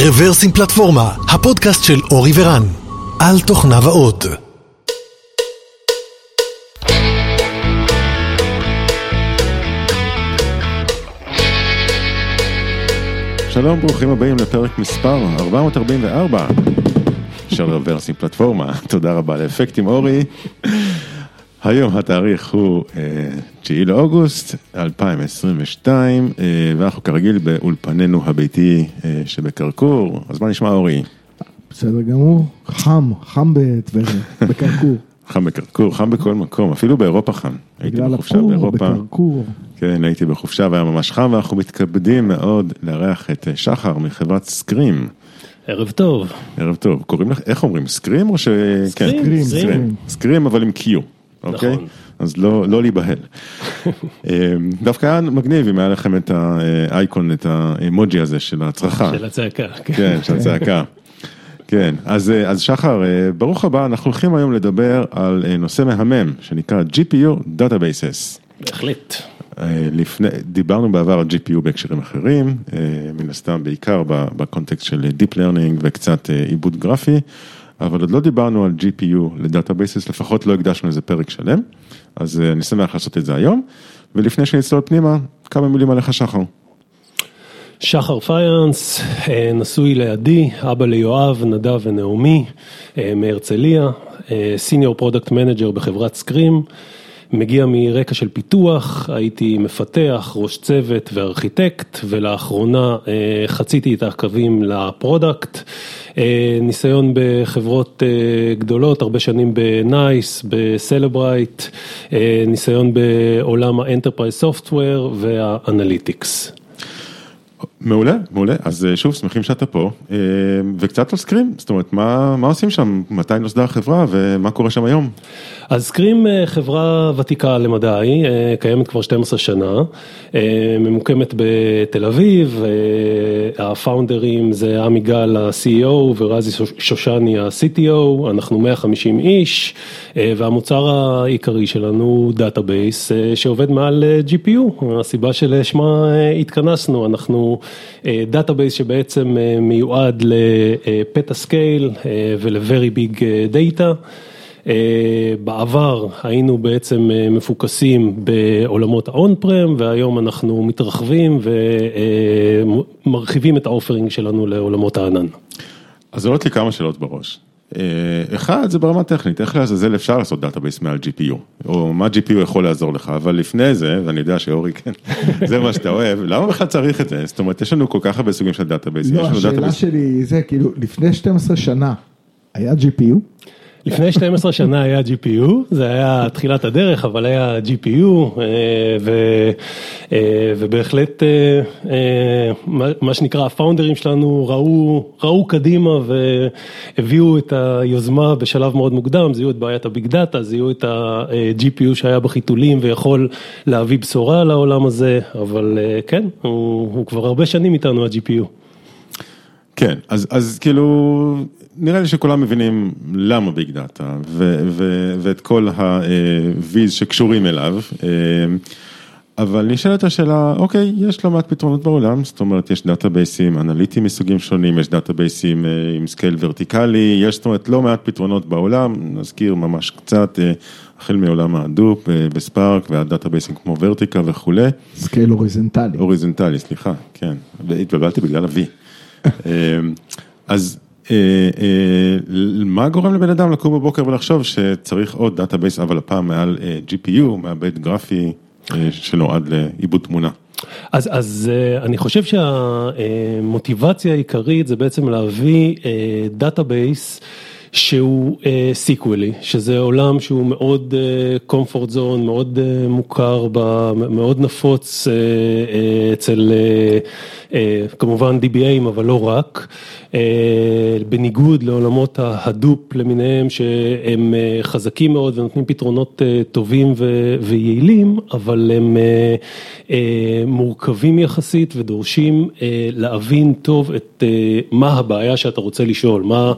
רוורסים פלטפורמה, הפודקאסט של אורי ורן, על תוכנה ועוד. שלום, ברוכים הבאים לפרק מספר 444 של רוורסים פלטפורמה. תודה רבה לאפקטים אורי. היום התאריך הוא 9 לאוגוסט 2022, ואנחנו כרגיל באולפננו הביתי שבקרקור. אז מה נשמע אורי? בסדר גמור, חם בטבריה, בקרקור. חם בקרקור, חם בכל מקום, אפילו באירופה חם. הייתי בחופשה באירופה. בקרקור. כן, הייתי בחופשה והיה ממש חם, ואנחנו מתכבדים מאוד לארח את שחר מחברת סקרים. ערב טוב. ערב טוב. קוראים לך, איך אומרים? סקרים או ש... סקרים. סקרים, אבל עם קיו. אוקיי? נכון. אז לא להיבהל. דווקא היה מגניב אם היה לכם את האייקון, את האמוג'י הזה של הצרחה. של הצעקה. כן, של הצעקה. כן, אז שחר, ברוך הבא, אנחנו הולכים היום לדבר על נושא מהמם, שנקרא GPU Databases. בהחלט. דיברנו בעבר על GPU בהקשרים אחרים, מן הסתם בעיקר בקונטקסט של Deep Learning וקצת עיבוד גרפי, אבל עוד לא דיברנו על GPU לדאטאבייסס, לפחות לא הקדשנו איזה פרק שלם, אז אני שמח לעשות את זה היום, ולפני שנצלול פנימה, כמה מילים עליך שחר. שחר פיירנס, נשוי לידי, אבא ליואב, נדב ונעמי, מהרצליה, סיניור פרודקט מנג'ר בחברת סקרים, מגיע מרקע של פיתוח, הייתי מפתח, ראש צוות וארכיטקט, ולאחרונה חציתי את הקווים לפרודקט, ניסיון בחברות גדולות, הרבה שנים בנייס, בסלברייט, ניסיון בעולם האנטרפרייז סופטוור והאנליטיקס. מעולה, מעולה. אז שוב, שמחים שאתה פה, וקצת על סקרים, זאת אומרת, מה עושים שם, מתי נוסדה החברה, ומה קורה שם היום? אז סקרים חברה ותיקה למדי, קיימת כבר 12 שנה, ממוקמת בתל אביב, הפאונדרים זה עמי גל ה-CEO ורזי שושני ה-CTO, אנחנו 150 איש, והמוצר העיקרי שלנו הוא דאטאבייס שעובד מעל GPU, הסיבה שלשמה התכנסנו, אנחנו דאטאבייס שבעצם מיועד לפטה סקייל ול-very big data, בעבר היינו בעצם מפוקסים בעולמות האון-פרם, והיום אנחנו מתרחבים ומרחיבים את האופרינג שלנו לעולמות הענן. אז עולות לי כמה שאלות בראש. אחד, זה ברמה טכנית, איך לעזאזל אפשר לעשות דאטאבייס מעל GPU, או מה GPU יכול לעזור לך, אבל לפני זה, ואני יודע שאורי, כן, זה מה שאתה אוהב, למה בכלל צריך את זה? זאת אומרת, יש לנו כל כך הרבה סוגים של דאטאבייס. לא, השאלה שלי זה, כאילו, לפני 12 שנה, היה GPU? לפני 12 שנה היה GPU, זה היה תחילת הדרך, אבל היה GPU, ובהחלט מה שנקרא, הפאונדרים שלנו ראו קדימה והביאו את היוזמה בשלב מאוד מוקדם, זיהו את בעיית הביג דאטה, זיהו את ה-GPU שהיה בחיתולים ויכול להביא בשורה לעולם הזה, אבל כן, הוא כבר הרבה שנים איתנו ה-GPU. כן, אז כאילו, נראה לי שכולם מבינים למה ביג דאטה, ואת כל הוויז שקשורים אליו, אבל נשאלת השאלה, אוקיי, יש לא מעט פתרונות בעולם, זאת אומרת, יש דאטאבייסים אנליטיים מסוגים שונים, יש דאטאבייסים עם סקייל ורטיקלי, יש זאת אומרת לא מעט פתרונות בעולם, נזכיר ממש קצת, החל מעולם הדופ, בספארק, והדאטאבייסים כמו ורטיקה וכו'. סקייל אוריזנטלי. אוריזנטלי, סליחה, כן, והתבלבלתי בגלל ה-V. אז מה גורם לבן אדם לקום בבוקר ולחשוב שצריך עוד דאטאבייס, אבל הפעם מעל GPU, מעבד גרפי שנועד לעיבוד תמונה? אז אני חושב שהמוטיבציה העיקרית זה בעצם להביא דאטאבייס שהוא סיקוולי, שזה עולם שהוא מאוד comfort zone, מאוד מוכר, מאוד נפוץ אצל כמובן DBAים, אבל לא רק, בניגוד לעולמות ההדופ למיניהם, שהם חזקים מאוד ונותנים פתרונות טובים ויעילים, אבל הם מורכבים יחסית ודורשים להבין טוב את מה הבעיה שאתה רוצה לשאול, מה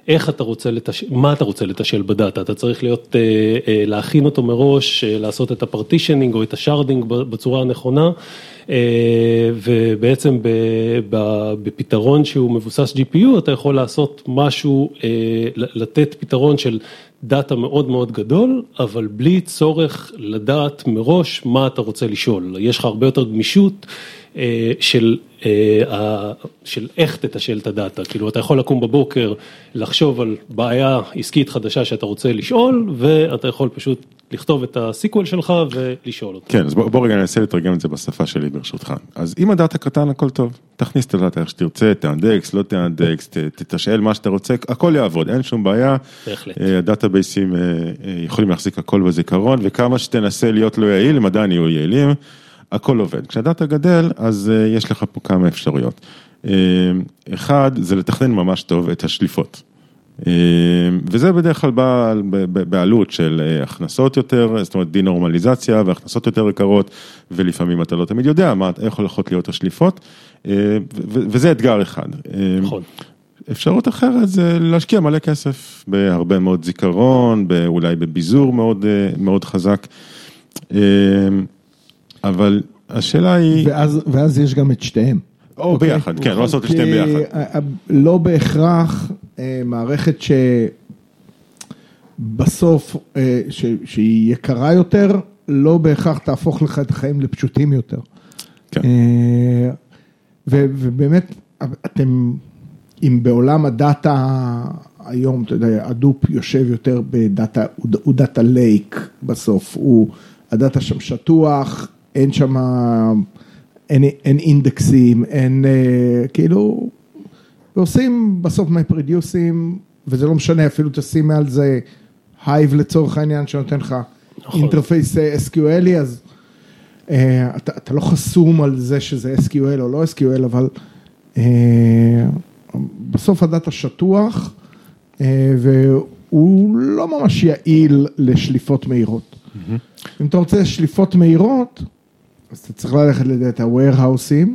איך אתה רוצה מה אתה רוצה לתשאל בדאטה, אתה צריך להכין אותו מראש, לעשות את הפרטישנינג או את השארדינג בצורה הנכונה, ובעצם בפתרון שהוא מבוסס GPU, אתה יכול לעשות משהו, לתת פתרון של דאטה מאוד מאוד גדול, אבל בלי צורך לדעת מראש מה אתה רוצה לשאול. יש לך הרבה יותר גמישות של איך תתשאל את הדאטה. כאילו אתה יכול לקום בבוקר, לחשוב על בעיה עסקית חדשה שאתה רוצה לשאול, ואתה יכול פשוט לכתוב את הסיקוול שלך ולשאול אותו. כן, אז בוא רגע ננסה לתרגם את זה בשפה שלי ברשותך. אז אם הדאטה קטן, הכל טוב. תכניס את הדאטה איך שתרצה, תאנדקס, לא תאנדקס, תתשאל מה שאתה רוצה, הכל יעבוד, אין שום בעיה. בהחלט. הדאטאבייסים יכולים להחזיק הכל בזיכרון, וכמה שתנסה להיות לא יעיל, הם עדיין יהיו יעילים, הכל עובד. כשהדאטה גדל, אז יש לך פה כמה אפשרויות. אחד, זה לתכנן ממש טוב את השליפות. וזה בדרך כלל בא בעלות של הכנסות יותר, זאת אומרת דינורמליזציה והכנסות יותר יקרות, ולפעמים אתה לא תמיד יודע איך הולכות להיות השליפות, וזה אתגר אחד. נכון. אפשרות אחרת זה להשקיע מלא כסף בהרבה מאוד זיכרון, אולי בביזור מאוד, מאוד חזק, אבל השאלה היא... ואז יש גם את שתיהם. או ביחד, כן, לא לעשות את שתיהם ביחד. לא בהכרח מערכת שבסוף, שהיא יקרה יותר, לא בהכרח תהפוך לך את החיים לפשוטים יותר. כן. ובאמת, אתם, אם בעולם הדאטה היום, אתה יודע, הדופ יושב יותר בדאטה, הוא דאטה לייק בסוף, הדאטה שם שטוח, אין שם, אין אינדקסים, אין, כאילו, ועושים בסוף מפרדיוסים, וזה לא משנה, אפילו תשים מעל זה הייב לצורך העניין, שנותן לך אינטרפייס SQL, אז אתה לא חסום על זה שזה SQL או לא SQL, אבל בסוף הדאטה שטוח, והוא לא ממש יעיל לשליפות מהירות. אם אתה רוצה שליפות מהירות, אז אתה צריך ללכת לדאטה warehouse'ים,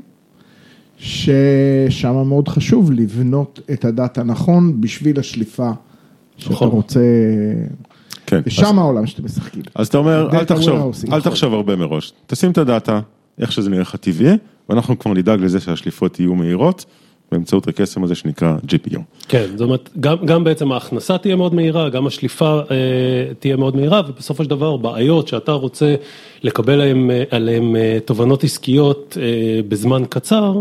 ששם מאוד חשוב לבנות את הדאטה נכון, בשביל השליפה שאתה רוצה, ושם העולם שאתם משחקים. אז אתה אומר, אל תחשוב הרבה מראש, תשים את הדאטה, איך שזה נראה לך טבעי, ואנחנו כבר נדאג לזה שהשליפות יהיו מהירות, באמצעות הקסם הזה שנקרא GPU. כן, זאת אומרת, גם בעצם ההכנסה תהיה מאוד מהירה, גם השליפה תהיה מאוד מהירה, ובסופו של דבר בעיות שאתה רוצה לקבל עליהם תובנות עסקיות בזמן קצר,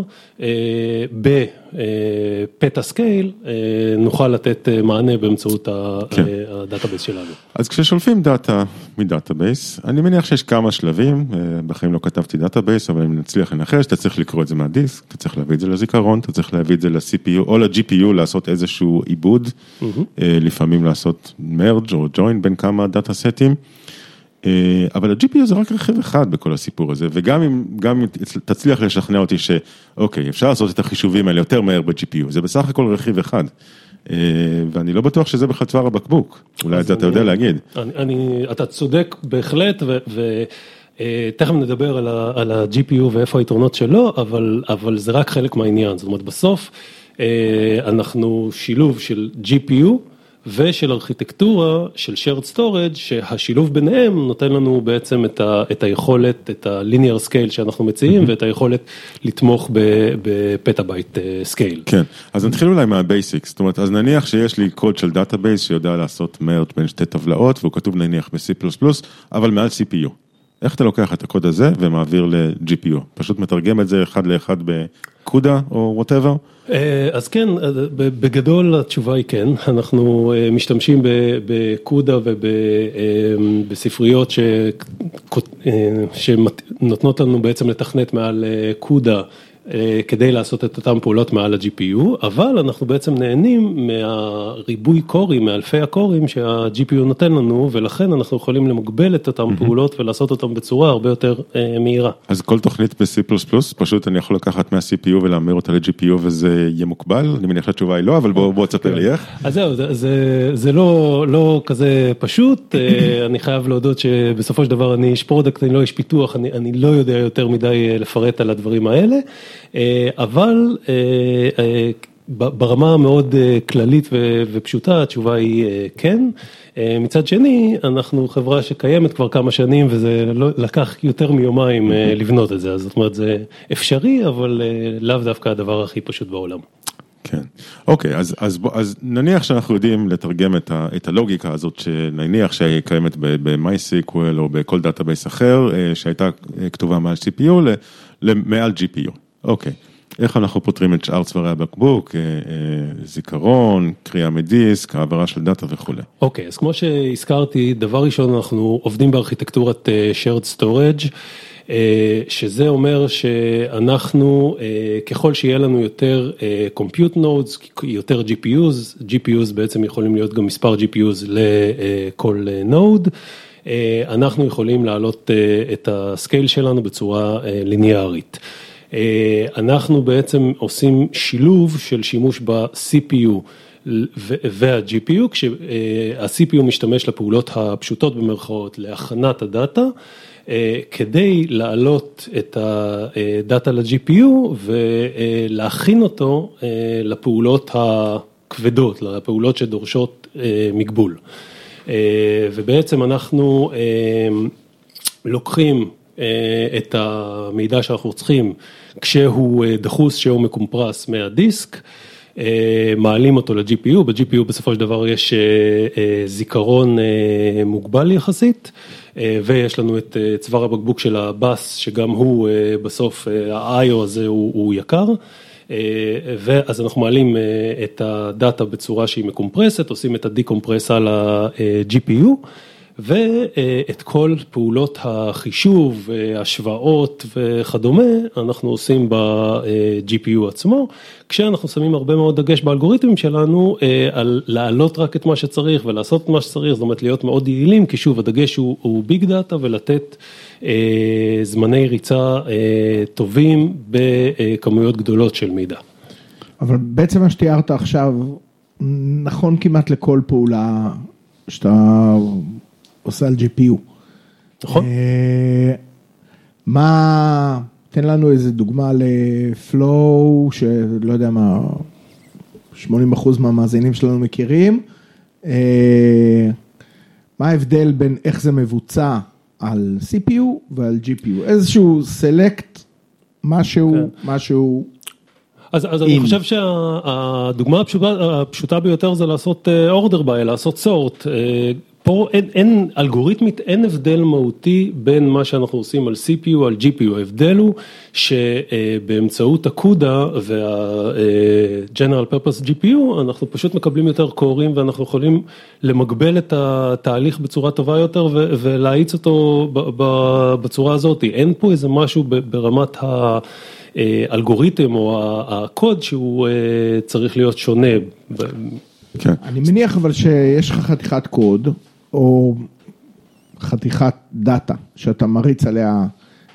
בפטה סקייל, נוכל לתת מענה באמצעות הדאטאבייס שלנו. אז כששולפים דאטה מדאטאבייס, אני מניח שיש כמה שלבים, בחיים לא כתבתי דאטאבייס, אבל אם נצליח לנחש, אתה צריך לקרוא את זה מהדיסק, אתה צריך להביא את זה לזיכרון, אתה צריך להביא את זה ל-CPU או ל-GPU, לעשות איזשהו עיבוד, לפעמים לעשות מרג' או ג'וין בין כמה דאטה סטים, אבל ה-GPU זה רק רכיב אחד בכל הסיפור הזה, וגם אם תצליח לשכנע אותי שאוקיי, אפשר לעשות את החישובים האלה יותר מהר ב-GPU, זה בסך הכל רכיב אחד, ואני לא בטוח שזה בכלל צוואר הבקבוק, אולי את זה אתה יודע להגיד. אתה צודק בהחלט, תכף נדבר על ה-GPU ואיפה היתרונות שלו, אבל זה רק חלק מהעניין, זאת אומרת בסוף אנחנו שילוב של GPU, ושל ארכיטקטורה של shared storage, שהשילוב ביניהם נותן לנו בעצם את היכולת, את ה-linear scale שאנחנו מציעים, ואת היכולת לתמוך בפטאבייט scale. כן, אז נתחיל אולי מהבייסיקס, זאת אומרת, אז נניח שיש לי קוד של דאטאבייס שיודע לעשות מרג' בין שתי טבלאות, והוא כתוב נניח ב-C++, אבל מעל CPU. איך אתה לוקח את הקוד הזה ומעביר ל-GPU? פשוט מתרגם את זה אחד לאחד בקודה או whatever? אז כן, בגדול התשובה היא כן, אנחנו משתמשים בקודה ובספריות שנותנות לנו בעצם לתכנת מעל קודה, כדי לעשות את אותם פעולות מעל ה-GPU, אבל אנחנו בעצם נהנים מהריבוי קורים, מאלפי הקורים שה-GPU נותן לנו, ולכן אנחנו יכולים למוגבל את אותם פעולות ולעשות אותם בצורה הרבה יותר מהירה. אז כל תוכנית ב-C++, פשוט אני יכול לקחת מה-CPU ולהמיר אותה ל-GPU וזה יהיה מוקבל? אני מניח שהתשובה היא לא, אבל בוא תספר לי איך. אז זהו, זה לא כזה פשוט, אני חייב להודות שבסופו של דבר אני איש פרודקט, אני לא איש פיתוח, אני לא יודע יותר מדי לפרט על הדברים האלה, אבל ברמה המאוד כללית ופשוטה, התשובה היא כן. מצד שני, אנחנו חברה שקיימת כבר כמה שנים, וזה לקח יותר מיומיים לבנות את זה, אז זאת אומרת, זה אפשרי, אבל לאו דווקא הדבר הכי פשוט בעולם. כן, אוקיי, אז נניח שאנחנו יודעים לתרגם את הלוגיקה הזאת, שנניח שהיא קיימת ב-MySQL או בכל דאטאבייס אחר, שהייתה כתובה מעל CPU למעל GPU, אוקיי. איך אנחנו פותרים את שאר צווארי הבקבוק, זיכרון, קריאה מדיסק, העברה של דאטה וכו'. אוקיי, אז כמו שהזכרתי, דבר ראשון אנחנו עובדים בארכיטקטורת shared storage, שזה אומר שאנחנו, ככל שיהיה לנו יותר compute nodes, יותר GPUs בעצם יכולים להיות גם מספר GPUs לכל node, אנחנו יכולים להעלות את הסקייל שלנו בצורה ליניארית. אנחנו בעצם עושים שילוב של שימוש ב-CPU וה-GPU, כשה-CPU משתמש לפעולות הפשוטות במרכאות להכנת הדאטה, כדי להעלות את הדאטה ל-GPU ולהכין אותו לפעולות הכבדות, לפעולות שדורשות מגבול. ובעצם אנחנו לוקחים את המידע שאנחנו צריכים כשהוא דחוס, שהוא מקומפרס מהדיסק, מעלים אותו ל-GPU, ב-GPU בסופו של דבר יש זיכרון מוגבל יחסית, ויש לנו את צוואר הבקבוק של הבאס, שגם הוא בסוף, ה-IO הזה הוא יקר, ואז אנחנו מעלים את הדאטה בצורה שהיא מקומפרסת, עושים את הדיקומפרס על ה-GPU, ואת כל פעולות החישוב, השוואות וכדומה, אנחנו עושים ב-GPU עצמו, כשאנחנו שמים הרבה מאוד דגש באלגוריתמים שלנו, על להעלות רק את מה שצריך ולעשות את מה שצריך, זאת אומרת להיות מאוד יעילים, כי שוב הדגש הוא ביג דאטה ולתת זמני ריצה טובים בכמויות גדולות של מידע. אבל בעצם מה שתיארת עכשיו, נכון כמעט לכל פעולה שאתה עושה על GPU. נכון. תן לנו איזה דוגמה לפלואו, שלא יודע מה, 80% מהמאזינים שלנו מכירים. מה ההבדל בין איך זה מבוצע על CPU ועל GPU? איזשהו סלקט, משהו... אז אני חושב שהדוגמה הפשוטה ביותר זה לעשות order by, לעשות sort. פה אין אלגוריתמית, אין הבדל מהותי בין מה שאנחנו עושים על CPU, על GPU. ההבדל הוא שבאמצעות הקודה וה-General Purpose GPU, אנחנו פשוט מקבלים יותר קורים, ואנחנו יכולים למגבל את התהליך בצורה טובה יותר, ולהאיץ אותו בצורה הזאת. אין פה איזה משהו ברמת האלגוריתם או הקוד שהוא צריך להיות שונה. כן. אני מניח אבל שיש לך חתיכת קוד, או חתיכת דאטה, שאתה מריץ עליה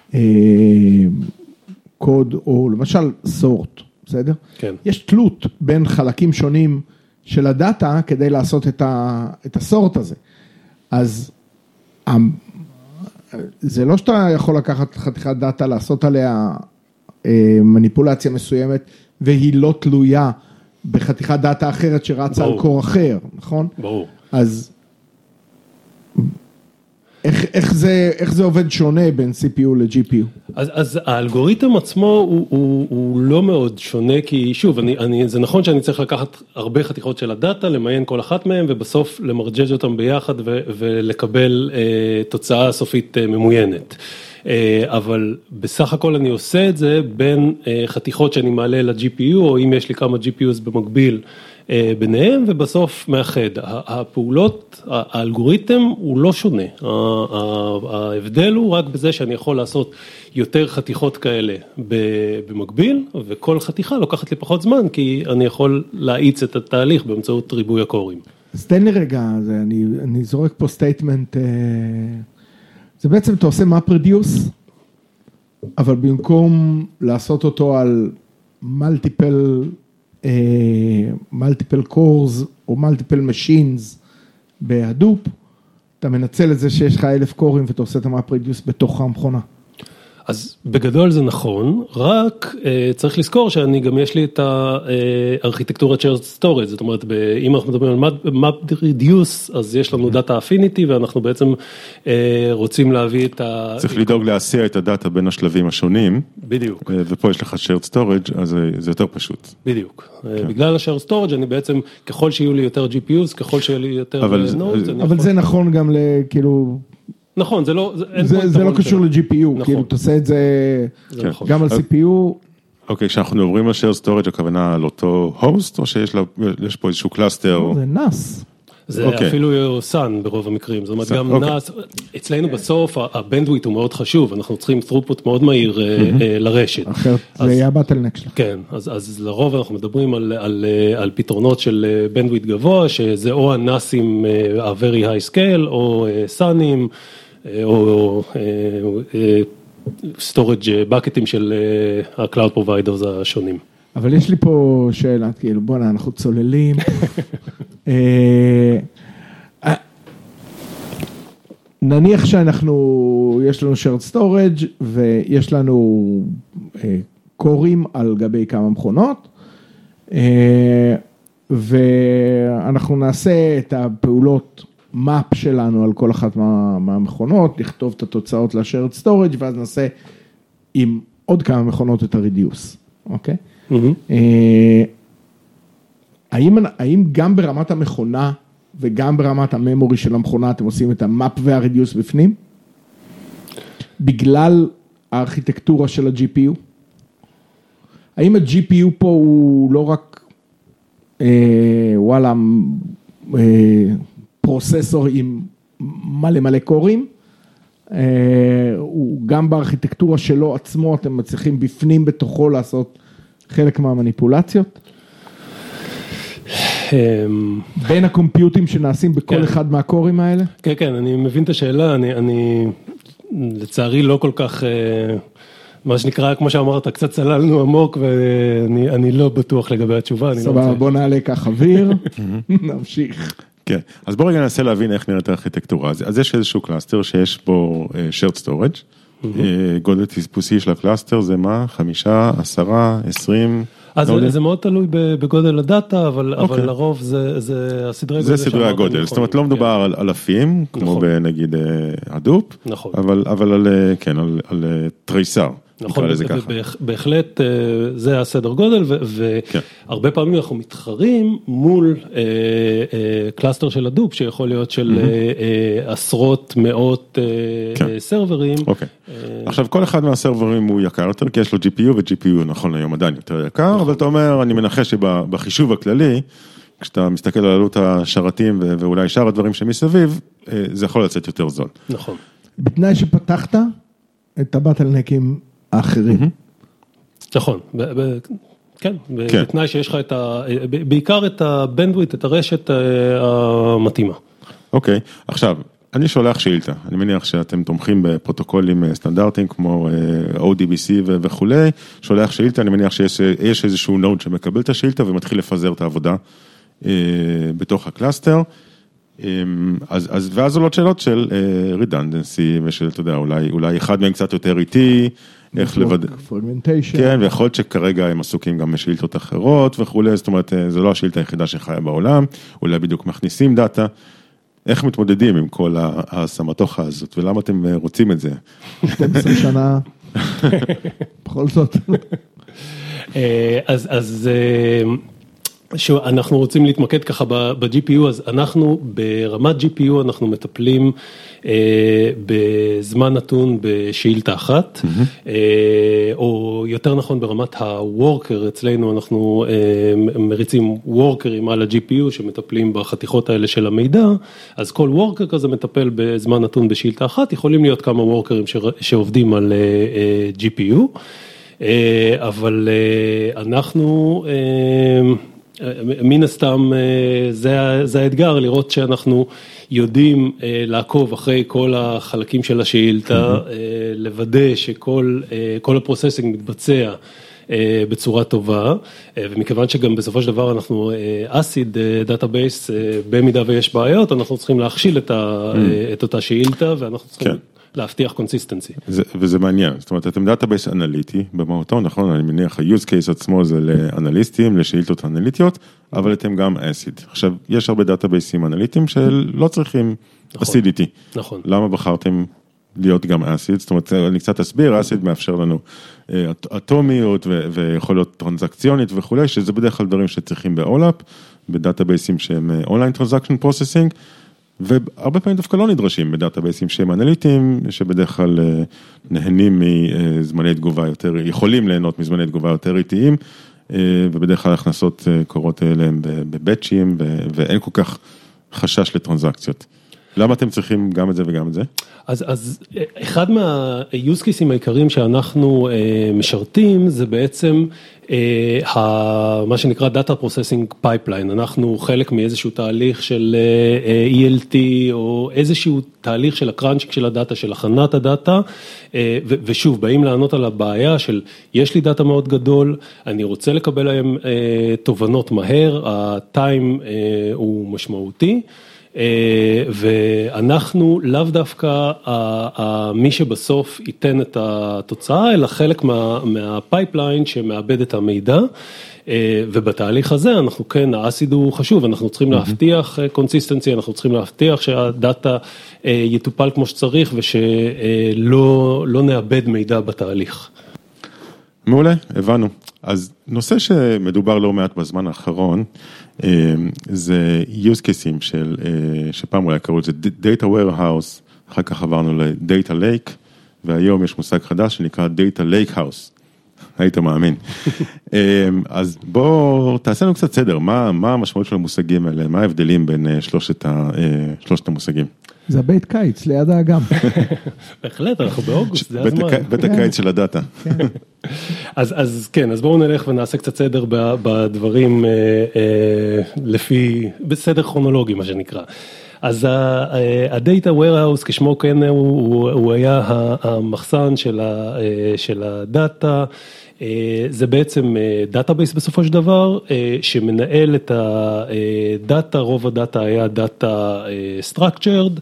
קוד, או למשל סורט, בסדר? כן. יש תלות בין חלקים שונים של הדאטה, כדי לעשות את הסורט הזה. אז זה לא שאתה יכול לקחת חתיכת דאטה, לעשות עליה מניפולציה מסוימת, והיא לא תלויה בחתיכת דאטה אחרת שרצה על קור אחר, נכון? ברור. אז איך זה עובד שונה בין CPU ל-GPU? אז האלגוריתם עצמו הוא לא מאוד שונה, כי שוב, זה נכון שאני צריך לקחת הרבה חתיכות של הדאטה, למיין כל אחת מהן, ובסוף למרג'ג' אותם ביחד ולקבל תוצאה סופית ממוינת. אבל בסך הכל אני עושה את זה בין חתיכות שאני מעלה ל-GPU, או אם יש לי כמה GPUs במקביל ביניהם, ובסוף מאחד. הפעולות, האלגוריתם הוא לא שונה. ההבדל הוא רק בזה שאני יכול לעשות יותר חתיכות כאלה במקביל, וכל חתיכה לוקחת לי פחות זמן, כי אני יכול להאיץ את התהליך באמצעות ריבוי הקורים. אז תן לי רגע, אני זורק פה סטייטמנט, זה בעצם אתה עושה map reduce, אבל במקום לעשות אותו על multiple cores או multiple machines בהדופ, אתה מנצל את זה שיש לך 1000 קורים ואתה עושה את ה-map reduce בתוך המכונה. אז בגדול זה נכון, רק צריך לזכור שאני גם יש לי את הארכיטקטורת shared storage, זאת אומרת, אם אנחנו מדברים על map reduce, אז יש לנו דאטה affinity, ואנחנו בעצם רוצים להביא את צריך לדאוג להסיע את הדאטה בין השלבים השונים. בדיוק. ופה יש לך shared storage, אז זה יותר פשוט. בדיוק. בגלל ה-shared storage, אני בעצם, ככל שיהיו לי יותר GPUs, ככל שיהיו לי יותר nodes, אבל זה נכון גם כאילו... נכון, זה לא... זה לא קשור ל-GPU, כאילו תעשה את זה גם על CPU. אוקיי, כשאנחנו עוברים על share storage, הכוונה על אותו host, או שיש פה איזשהו קלאסטר? זה נס. זה אפילו סאן ברוב המקרים, זאת אומרת גם נס, אצלנו בסוף הבנדוויט הוא מאוד חשוב, אנחנו צריכים throughput מאוד מהיר לרשת. אחרת זה יהיה הבטלנק שלך. כן, אז לרוב אנחנו מדברים על פתרונות של בנדוויט גבוה, שזה או הנסים ה-very high scale, או סאנים, או storage bucketים של ה-cloud providers השונים. אבל יש לי פה שאלה, כאילו, בוא'נה, אנחנו צוללים. נניח שאנחנו, יש לנו shared storage, ויש לנו קורים על גבי כמה מכונות, ואנחנו נעשה את הפעולות map שלנו על כל אחת מהמכונות, לכתוב את התוצאות ל-shared storage, ואז נעשה עם עוד כמה מכונות את ה-reduce, אוקיי? האם גם ברמת המכונה וגם ברמת הממורי של המכונה אתם עושים את המאפ והרדיוס בפנים? בגלל הארכיטקטורה של ה-GPU? האם ה-GPU פה הוא לא רק וואלה פרוססור עם מלא קורים? הוא גם בארכיטקטורה שלו עצמו אתם מצליחים בפנים בתוכו לעשות חלק מהמניפולציות? בין הקומפיוטים שנעשים בכל אחד מהקורים האלה? כן, כן, אני מבין את השאלה, אני לצערי לא כל כך, מה שנקרא, כמו שאמרת, קצת צללנו עמוק, ואני לא בטוח לגבי התשובה. סבבה, בוא נעלה כך אוויר, נמשיך. כן, אז בוא רגע ננסה להבין איך נראית הארכיטקטורה. אז יש איזשהו קלאסטר שיש בו shared storage, גודל תספוסי של הקלאסטר זה מה? 5, 10, 20? אז זה מאוד תלוי בגודל הדאטה, אבל לרוב זה הסדרי גודל. זה סדרי הגודל, זאת אומרת לא מדובר על אלפים, כמו בנגיד הדופ, אבל על תריסר. נכון, בהחלט זה הסדר גודל, והרבה פעמים אנחנו מתחרים מול קלאסטר של הדופ, שיכול להיות של עשרות, מאות סרברים. אוקיי, עכשיו כל אחד מהסרברים הוא יקר יותר, כי יש לו GPU, ו-GPU נכון היום עדיין יותר יקר, אבל אתה אומר, אני מנחש שבחישוב הכללי, כשאתה מסתכל על עלות השרתים, ואולי שאר הדברים שמסביב, זה יכול לצאת יותר זול. נכון. בתנאי שפתחת את הבטלנקים, האחרים. נכון, כן, בתנאי שיש לך בעיקר את הבנדוויט, את הרשת המתאימה. אוקיי, עכשיו, אני שולח שאילתה, אני מניח שאתם תומכים בפרוטוקולים סטנדרטיים כמו ODBC וכולי, שולח שאילתה, אני מניח שיש איזשהו נוד שמקבל את השאילתה ומתחיל לפזר את העבודה בתוך הקלאסטר, ואז עולות שאלות של redundancy ושל, אתה יודע, אולי אחד מהם קצת יותר איטי, איך לוודא, כן, ויכול להיות שכרגע הם עסוקים גם בשאילתות אחרות וכולי, זאת אומרת, זו לא השאילתה היחידה שחיה בעולם, אולי בדיוק מכניסים דאטה, איך מתמודדים עם כל הסמטוחה הזאת, ולמה אתם רוצים את זה? 12 שנה, בכל זאת. אז שאנחנו רוצים להתמקד ככה ב-GPU, אז אנחנו ברמת GPU אנחנו מטפלים בזמן נתון בשאילתה אחת, או יותר נכון ברמת ה-worker, אצלנו אנחנו מריצים workers על ה-GPU שמטפלים בחתיכות האלה של המידע, אז כל worker כזה מטפל בזמן נתון בשאילתה אחת, יכולים להיות כמה workers שעובדים על GPU, אבל אנחנו מן הסתם זה האתגר, לראות שאנחנו יודעים לעקוב אחרי כל החלקים של השאילתה, לוודא שכל הפרוססינג מתבצע בצורה טובה, ומכיוון שגם בסופו של דבר אנחנו אסיד דאטאבייס, במידה ויש בעיות, אנחנו צריכים להכשיל את אותה שאילתה, ואנחנו צריכים להבטיח קונסיסטנסי. וזה מעניין, זאת אומרת, אתם דאטאבייס אנליטי במהותו, נכון? אני מניח, ה-use case עצמו זה לאנליסטים, לשאילתות אנליטיות, אבל אתם גם אסיד. עכשיו, יש הרבה דאטאבייסים אנליטיים שלא צריכים אסידיטי. נכון. למה בחרתם להיות גם אסיד? זאת אומרת, אני קצת אסביר, אסיד מאפשר לנו אטומיות ויכולות טרנזקציונית וכולי, שזה בדרך כלל דברים שצריכים ב-OLAP, בדאטאבייסים שהם Online Transaction Processing, והרבה פעמים דווקא לא נדרשים בדאטאבייסים שהם אנליטיים, שבדרך כלל נהנים מזמני תגובה יותר, יכולים ליהנות מזמני תגובה יותר איטיים, ובדרך כלל הכנסות קורות אליהם בבטשים, ואין כל כך חשש לטרנזקציות. למה אתם צריכים גם את זה וגם את זה? אז אחד מה-use cases העיקריים שאנחנו משרתים, זה בעצם מה שנקרא Data Processing Pipeline, אנחנו חלק מאיזשהו תהליך של ELT, או איזשהו תהליך של הקראנצ'ינג של הדאטה, של הכנת הדאטה, ושוב, באים לענות על הבעיה של, יש לי דאטה מאוד גדול, אני רוצה לקבל להם תובנות מהר, הטיים הוא משמעותי, ואנחנו לאו דווקא מי שבסוף ייתן את התוצאה, אלא חלק מהפייפליין שמאבד את המידע, ובתהליך הזה אנחנו כן, האסיד הוא חשוב, אנחנו צריכים להבטיח קונסיסטנסי, אנחנו צריכים להבטיח שהדאטה יטופל כמו שצריך, ושלא נאבד מידע בתהליך. מעולה, הבנו. אז נושא שמדובר לא מעט בזמן האחרון, זה use cases שפעם אולי קראו את זה Data Warehouse, אחר כך עברנו ל-Data Lake, והיום יש מושג חדש שנקרא Data Lake House. היית מאמין. אז בוא תעשה לנו קצת סדר, מה המשמעות של המושגים האלה, מה ההבדלים בין שלושת המושגים? זה בית קיץ, ליד האגם. בהחלט, אנחנו באוגוסט, זה הזמן. בית הקיץ של הדאטה. אז כן, אז בואו נלך ונעשה קצת סדר בדברים לפי, בסדר כרונולוגי, מה שנקרא. אז ה-Data Warehouse, כשמו כן, הוא היה המחסן של הדאטה, זה בעצם דאטאבייס בסופו של דבר, שמנהל את הדאטה, רוב הדאטה היה דאטה structured,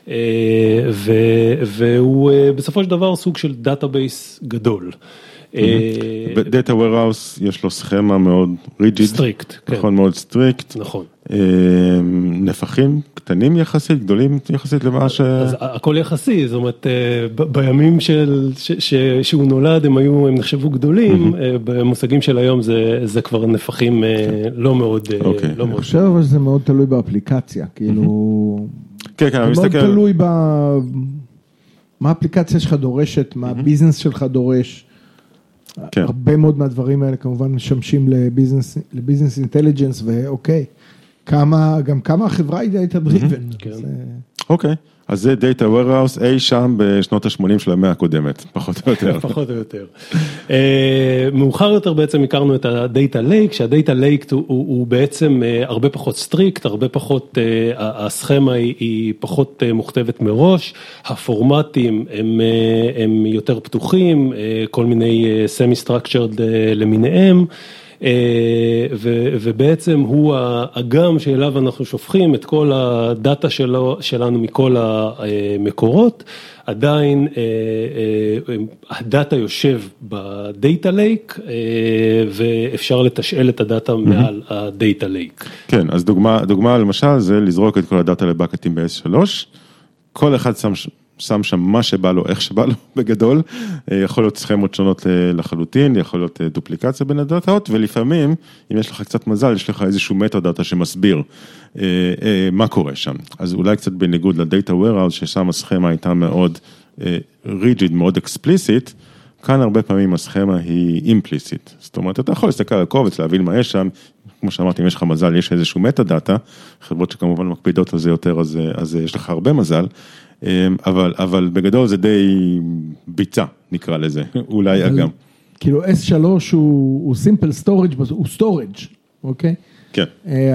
והוא בסופו של דבר סוג של דאטאבייס גדול. ב-Data Warehouse יש לו סכמה מאוד ריג'יד, סטריקט, נכון, מאוד סטריקט, נכון. נפחים קטנים יחסית, גדולים יחסית למה אז הכל יחסי, זאת אומרת, בימים שהוא נולד הם נחשבו גדולים, במושגים של היום זה כבר נפחים לא מאוד. אני חושב אבל שזה מאוד תלוי באפליקציה, כאילו, זה מאוד תלוי מה האפליקציה שלך דורשת, מה הביזנס שלך דורש, הרבה מאוד מהדברים האלה כמובן משמשים לביזנס אינטליג'נס, ואוקיי, גם כמה החברה היא דאטה דריבן. אוקיי, אז זה Data Warehouse אי שם בשנות ה-80 של המאה הקודמת, פחות או יותר. פחות או יותר. מאוחר יותר בעצם הכרנו את ה-Data Lake, שה-Data Lake הוא בעצם הרבה פחות סטריקט, הרבה פחות, הסכמה היא פחות מוכתבת מראש, הפורמטים הם יותר פתוחים, כל מיני semi-structured למיניהם, ובעצם הוא האגם שאליו אנחנו שופכים את כל הדאטה שלנו מכל המקורות, עדיין הדאטה יושב בדאטה לייק, ואפשר לתשאל את הדאטה מעל הדאטה לייק. כן, אז דוגמה למשל זה לזרוק את כל הדאטה לבקטים ב-S3, כל אחד שם שם מה שבא לו, איך שבא לו בגדול, יכול להיות סכמות שונות לחלוטין, יכול להיות דופליקציה בין הדאטאות, ולפעמים, אם יש לך קצת מזל, יש לך איזשהו מטה דאטה שמסביר מה קורה שם. אז אולי קצת בניגוד לדאטה warehouse, ששם הסכמה הייתה מאוד ריג'יד, מאוד אקספליסיט, כאן הרבה פעמים הסכמה היא אימפליסיט. זאת אומרת, אתה יכול להסתכל על הקובץ, להבין מה יש שם, כמו שאמרתי, אם יש לך מזל, יש איזשהו מטה דאטה, חברות שכמובן מקפידות על זה יותר, אז יש לך הרבה מזל, אבל בגדול זה די ביצה, נקרא לזה, אולי אגם. כאילו S3 הוא simple storage, הוא storage, אוקיי? כן.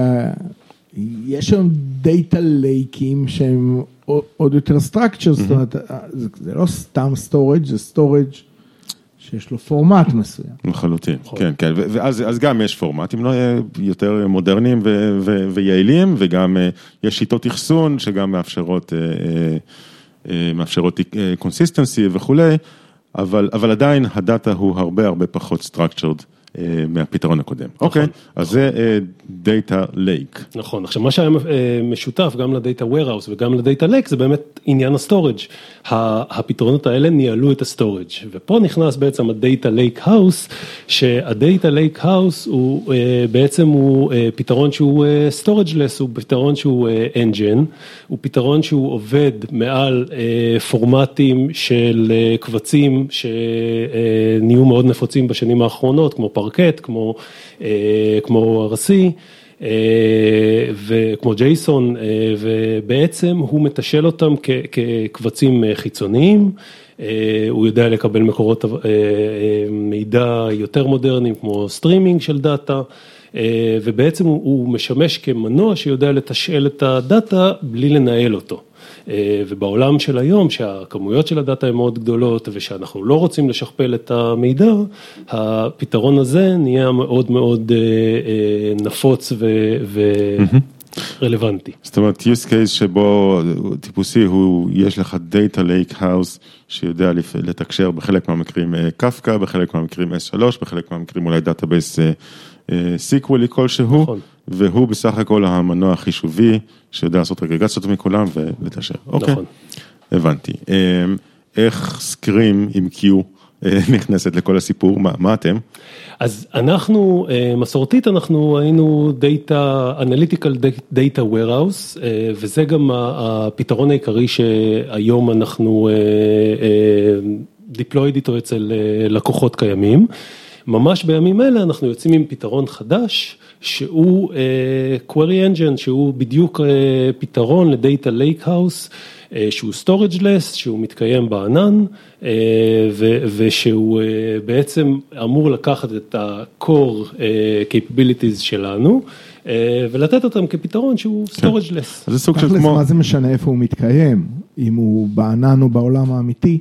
יש שם דאטה ליקים שהם עוד יותר structure, זאת אומרת, זה לא סתם storage, זה storage שיש לו פורמט מסוים. לחלוטין, כן, כן, ואז גם יש פורמטים יותר מודרניים ויעילים, וגם יש שיטות אחסון שגם מאפשרות מאפשרות consistency וכולי, אבל עדיין הדאטה הוא הרבה פחות structured מהפתרון הקודם. אוקיי, אז זה Data Lake. נכון, עכשיו מה שהיה משותף גם לדאטה warehouse וגם לדאטה lake זה באמת עניין הסטורג'. הפתרונות האלה ניהלו את הסטורג' ופה נכנס בעצם הדאטה lake house, שהדאטה lake house הוא בעצם הוא פתרון שהוא storageless, הוא פתרון שהוא engine, הוא פתרון שהוא עובד מעל פורמטים של קבצים שנהיו מאוד נפוצים בשנים האחרונות, כמו פרקט, כמו RC, וכמו ג'ייסון, ובעצם הוא מתשל אותם כקבצים חיצוניים, הוא יודע לקבל מקורות מידע יותר מודרניים, כמו סטרימינג של דאטה, ובעצם הוא משמש כמנוע שיודע לתשאל את הדאטה בלי לנהל אותו. ובעולם של היום, שהכמויות של הדאטה הן מאוד גדולות, ושאנחנו לא רוצים לשכפל את המידע, הפתרון הזה נהיה מאוד מאוד נפוץ ורלוונטי. זאת אומרת, use case שבו טיפוסי הוא, יש לך Data Lake House, שיודע לתקשר בחלק מהמקרים קפקא, בחלק מהמקרים S3, בחלק מהמקרים אולי דאטאבייס סיקוולי כלשהו, נכון. והוא בסך הכל המנוע החישובי, שיודע לעשות רגרגציות מכולם ולתשר. אוקיי, נכון. הבנתי. איך סקרים עם Q נכנסת לכל הסיפור? מה אתם? אז אנחנו, מסורתית אנחנו היינו Analytical Data Warehouse, וזה גם הפתרון העיקרי שהיום אנחנו deployed איתו אצל לקוחות קיימים. ממש בימים אלה אנחנו יוצאים עם פתרון חדש, שהוא Query Engine, שהוא בדיוק פתרון לדאטה Lake House, שהוא Storageless, שהוא מתקיים בענן, ושהוא בעצם אמור לקחת את ה-Core Capabilities שלנו, ולתת אותם כפתרון שהוא Storageless. אז זה סוג של כמו... מה זה משנה איפה הוא מתקיים? אם הוא בענן או בעולם האמיתי,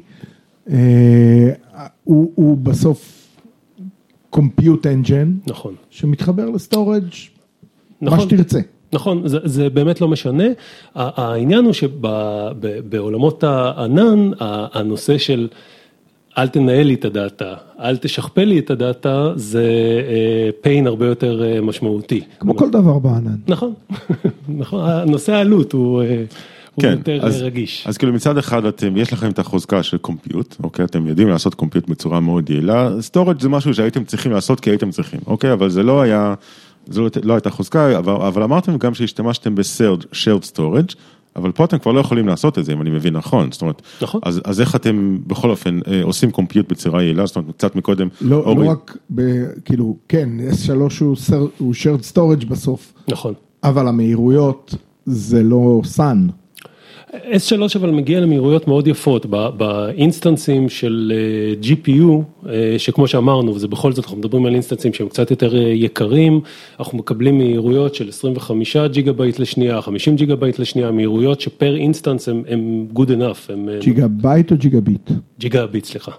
הוא בסוף... Compute Engine, נכון. שמתחבר לסטורג' נכון. מה שתרצה. נכון, זה באמת לא משנה. העניין הוא שבעולמות הענן, הנושא של אל תנהל לי את הדאטה, אל תשכפל לי את הדאטה, זה pain הרבה יותר משמעותי. כמו כל דבר בענן. נכון, נכון. הנושא העלות הוא... כן, יותר רגיש. אז כאילו מצד אחד יש לכם את החוזקה של קומפיוט, אוקיי, אתם יודעים לעשות קומפיוט בצורה מאוד יעילה, סטורג' זה משהו שהייתם צריכים לעשות כי הייתם צריכים, אוקיי, אבל זה לא היה, זו לא הייתה חוזקה, אבל אמרתם גם שהשתמשתם ב-shared storage, אבל פה אתם כבר לא יכולים לעשות את זה, אם אני מבין נכון, זאת אומרת, נכון. אז איך אתם בכל אופן עושים קומפיוט בצורה יעילה, זאת אומרת, קצת מקודם. לא רק, כאילו, כן, S3 הוא shared storage בסוף. נכון. אבל המהירויות זה לא סן. S3 אבל מגיע למהירויות מאוד יפות, באינסטנסים של GPU, שכמו שאמרנו, וזה בכל זאת, אנחנו מדברים על אינסטנסים שהם קצת יותר יקרים, אנחנו מקבלים מהירויות של 25 ג'יגה-בייט לשנייה, 50 ג'יגה-בייט לשנייה, מהירויות שפר אינסטנס הם good enough. ג'יגה-בייט או ג'יגה-ביט? ג'יגה-ביט, סליחה.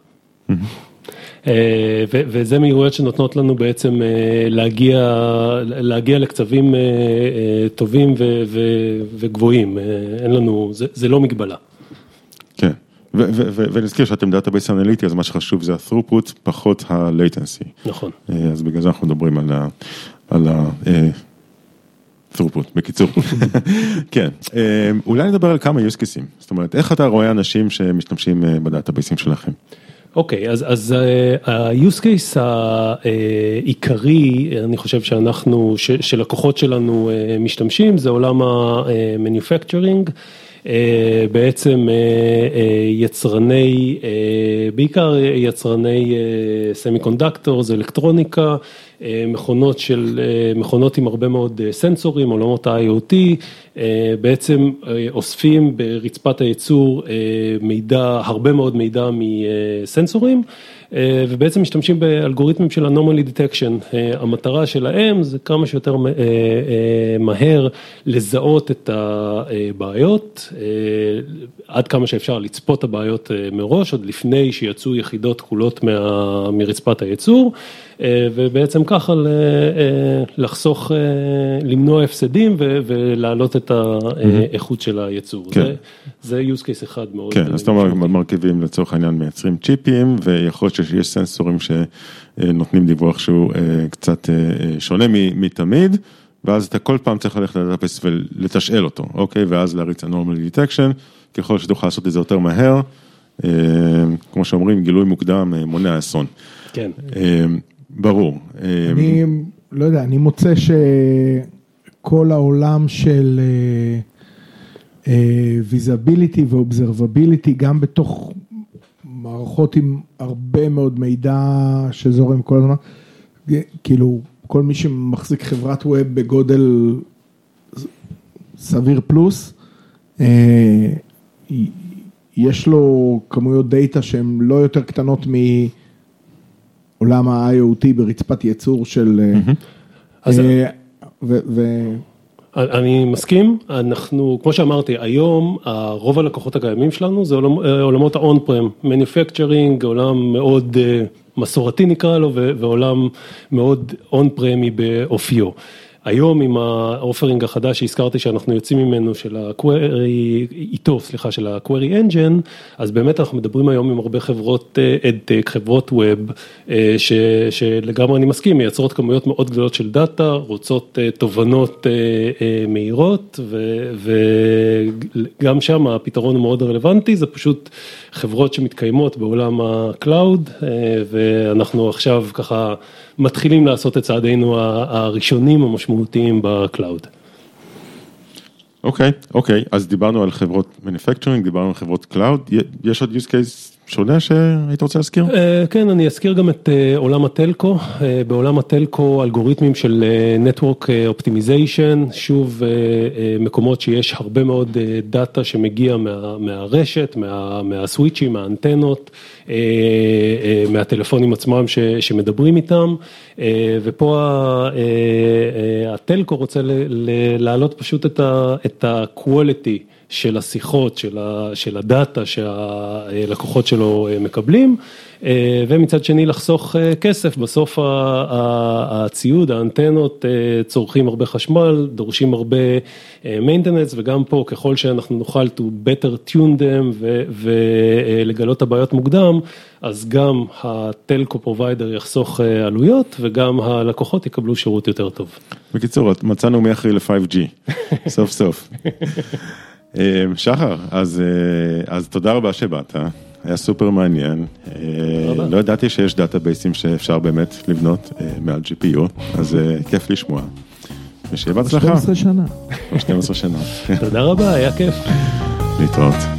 וזה מהירויות שנותנות לנו בעצם להגיע לקצבים טובים וגבוהים, אין לנו, זה לא מגבלה. כן, ונזכיר שאתם דאטאבייס אנליטי, אז מה שחשוב זה ה-throughput, פחות ה-latency. נכון. אז בגלל זה אנחנו מדברים על throughput, בקיצור. כן, אולי נדבר על כמה use cases, זאת אומרת, איך אתה רואה אנשים שמשתמשים בדאטאבייסים שלכם? אוקיי, אז ה-use case העיקרי, אני חושב שלקוחות שלנו משתמשים, זה עולם ה-manufacturing, בעצם יצרני, בעיקר יצרני סמי-קונדקטורס, אלקטרוניקה, מכונות עם הרבה מאוד סנסורים, עולמות ה-IoT, בעצם אוספים ברצפת הייצור מידע, הרבה מאוד מידע מסנסורים, ובעצם משתמשים באלגוריתמים של ה-Anomaly Detection, המטרה שלהם זה כמה שיותר מהר לזהות את הבעיות, עד כמה שאפשר לצפות הבעיות מראש, עוד לפני שיצאו יחידות כחולות מרצפת הייצור, ובעצם ככה לחסוך, למנוע הפסדים ולהעלות את האיכות של הייצור. זה use case אחד מאוד. כן, אז אתה אומר, מרכיבים לצורך העניין מייצרים צ'יפים, ויכול להיות שיש סנסורים שנותנים דיווח שהוא קצת שונה מתמיד, ואז אתה כל פעם צריך ללכת לדאטאבייס ולתשאל אותו, אוקיי? ואז להריץ anomaly detection, ככל שתוכל לעשות את זה יותר מהר, כמו שאומרים, גילוי מוקדם מונע אסון. כן. ברור. אני לא יודע, אני מוצא שכל העולם של visibility ו-observability, גם בתוך מערכות עם הרבה מאוד מידע שזורם כל הזמן, כאילו כל מי שמחזיק חברת ווב בגודל סביר פלוס, יש לו כמויות דאטה שהן לא יותר קטנות מעולם ה-IoT ברצפת ייצור של... אני מסכים, אנחנו, כמו שאמרתי, היום רוב הלקוחות הקיימים שלנו זה עולמות ה-on-prem, manufacturing, עולם מאוד מסורתי נקרא לו, ועולם מאוד on-premי באופיו. היום עם האופרינג החדש שהזכרתי שאנחנו יוצאים ממנו של ה-query engine, אז באמת אנחנו מדברים היום עם הרבה חברות EdTech, חברות ווב, שלגמרי אני מסכים, מייצרות כמויות מאוד גדולות של דאטה, רוצות תובנות מהירות, וגם שם הפתרון הוא מאוד רלוונטי, זה פשוט חברות שמתקיימות בעולם הקלאוד, ואנחנו עכשיו ככה מתחילים לעשות את צעדינו הראשונים המשמעותיים בקלאוד. אוקיי, אז דיברנו על חברות manufacturing, דיברנו על חברות קלאוד, יש עוד use case שונה שהיית רוצה להזכיר? כן, אני אזכיר גם את עולם הטלקו, בעולם הטלקו אלגוריתמים של Network Optimization, שוב מקומות שיש הרבה מאוד דאטה שמגיע מהרשת, מהסוויצ'ים, מהאנטנות, מהטלפונים עצמם שמדברים איתם, ופה הטלקו רוצה להעלות פשוט את ה-quality של השיחות, של הדאטה שהלקוחות שלו מקבלים, ומצד שני לחסוך כסף, בסוף הציוד, האנטנות צורכים הרבה חשמל, דורשים הרבה maintenance, וגם פה ככל שאנחנו נוכל to better tune them ולגלות הבעיות מוקדם, אז גם הטלקו פרוביידר יחסוך עלויות, וגם הלקוחות יקבלו שירות יותר טוב. בקיצור, מצאנו מי אחרי ל-5G, סוף סוף. שחר, אז תודה רבה שבאת, היה סופר מעניין, לא ידעתי שיש דאטאבייסים שאפשר באמת לבנות מעל GPU, אז כיף לשמוע, ושיהיה בהצלחה. 12 שנה. 12 שנה. תודה רבה, היה כיף. להתראות.